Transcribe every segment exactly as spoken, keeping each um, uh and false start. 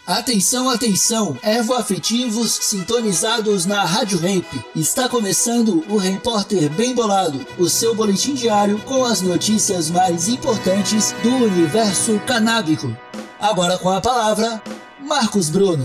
Atenção, atenção, ervoafetivos sintonizados na Rádio Hemp. Está começando o Repórter Bem Bolado, o seu boletim diário com as notícias mais importantes do universo canábico. Agora com a palavra, Marcos Bruno.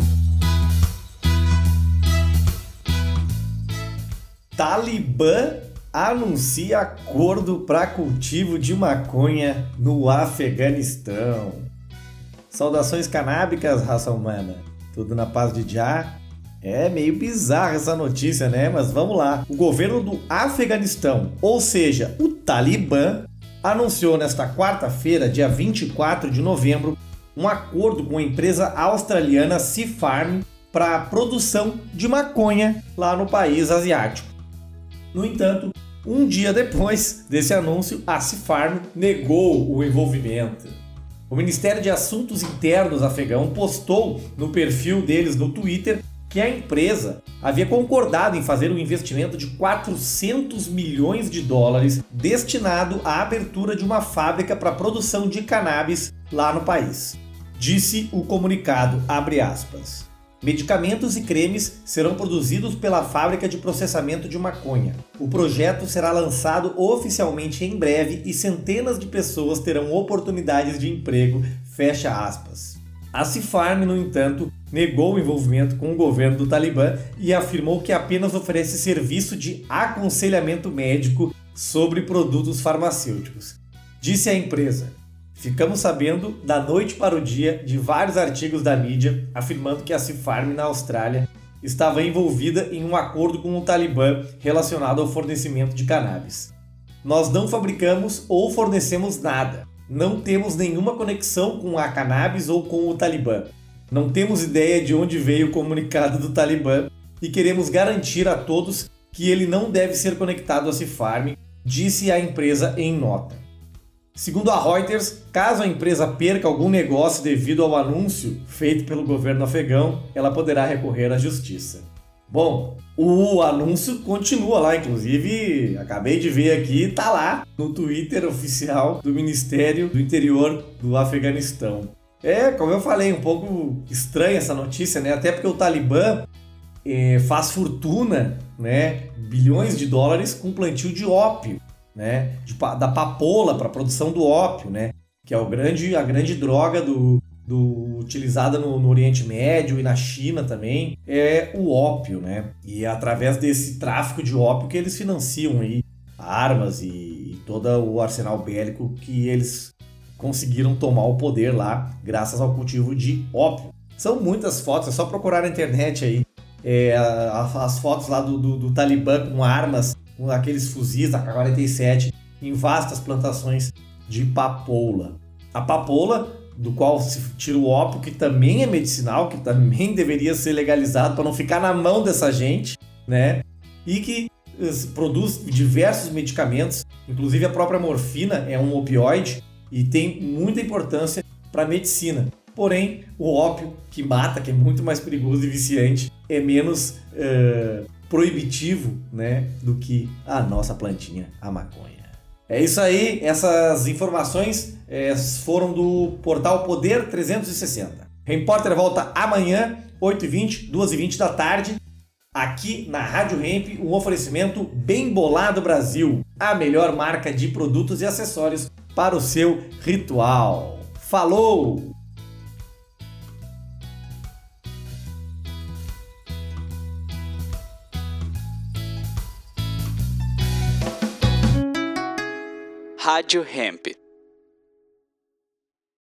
Talibã anuncia acordo para cultivo de maconha no Afeganistão. Saudações canábicas, raça humana. Tudo na paz de Jah? É meio bizarra essa notícia, né? Mas vamos lá. O governo do Afeganistão, ou seja, o Talibã, anunciou nesta quarta-feira, dia vinte e quatro de novembro, um acordo com a empresa australiana Seafarm para a produção de maconha lá no país asiático. No entanto, um dia depois desse anúncio, a Seafarm negou o envolvimento. O Ministério de Assuntos Internos afegão postou no perfil deles no Twitter que a empresa havia concordado em fazer um investimento de quatrocentos milhões de dólares destinado à abertura de uma fábrica para a produção de cannabis lá no país. Disse o comunicado, abre aspas, medicamentos e cremes serão produzidos pela fábrica de processamento de maconha. O projeto será lançado oficialmente em breve e centenas de pessoas terão oportunidades de emprego, fecha aspas. A Seafarm, no entanto, negou o envolvimento com o governo do Talibã e afirmou que apenas oferece serviço de aconselhamento médico sobre produtos farmacêuticos. Disse a empresa: ficamos sabendo da noite para o dia de vários artigos da mídia afirmando que a Seafarm na Austrália estava envolvida em um acordo com o Talibã relacionado ao fornecimento de cannabis. Nós não fabricamos ou fornecemos nada. Não temos nenhuma conexão com a cannabis ou com o Talibã. Não temos ideia de onde veio o comunicado do Talibã e queremos garantir a todos que ele não deve ser conectado à Seafarm, disse a empresa em nota. Segundo a Reuters, caso a empresa perca algum negócio devido ao anúncio feito pelo governo afegão, ela poderá recorrer à justiça. Bom, o anúncio continua lá, inclusive acabei de ver aqui, tá lá no Twitter oficial do Ministério do Interior do Afeganistão. É, como eu falei, um pouco estranha essa notícia, né? Até porque o Talibã eh, faz fortuna, né? Bilhões de dólares com plantio de ópio. Né, de, da papoula para a produção do ópio, né, que é o grande, a grande droga do, do, utilizada no, no Oriente Médio e na China também, é o ópio. Né, e é através desse tráfico de ópio que eles financiam aí armas e, e todo o arsenal bélico que eles conseguiram tomar o poder lá graças ao cultivo de ópio. São muitas fotos, é só procurar na internet aí é, as fotos lá do, do, do Talibã com armas, com aqueles fuzis da K quarenta e sete em vastas plantações de papoula. A papoula, do qual se tira o ópio, que também é medicinal, que também deveria ser legalizado para não ficar na mão dessa gente, né? E que produz diversos medicamentos, inclusive a própria morfina é um opioide e tem muita importância para a medicina. Porém, o ópio, que mata, que é muito mais perigoso e viciante, é menos uh, proibitivo, né, do que a nossa plantinha, a maconha. É isso aí, essas informações é, foram do portal Poder trezentos e sessenta. Repórter volta amanhã, oito e vinte, duas e vinte da tarde, aqui na Rádio Hemp, um oferecimento Bem Bolado Brasil, a melhor marca de produtos e acessórios para o seu ritual. Falou! Rádio Hemp.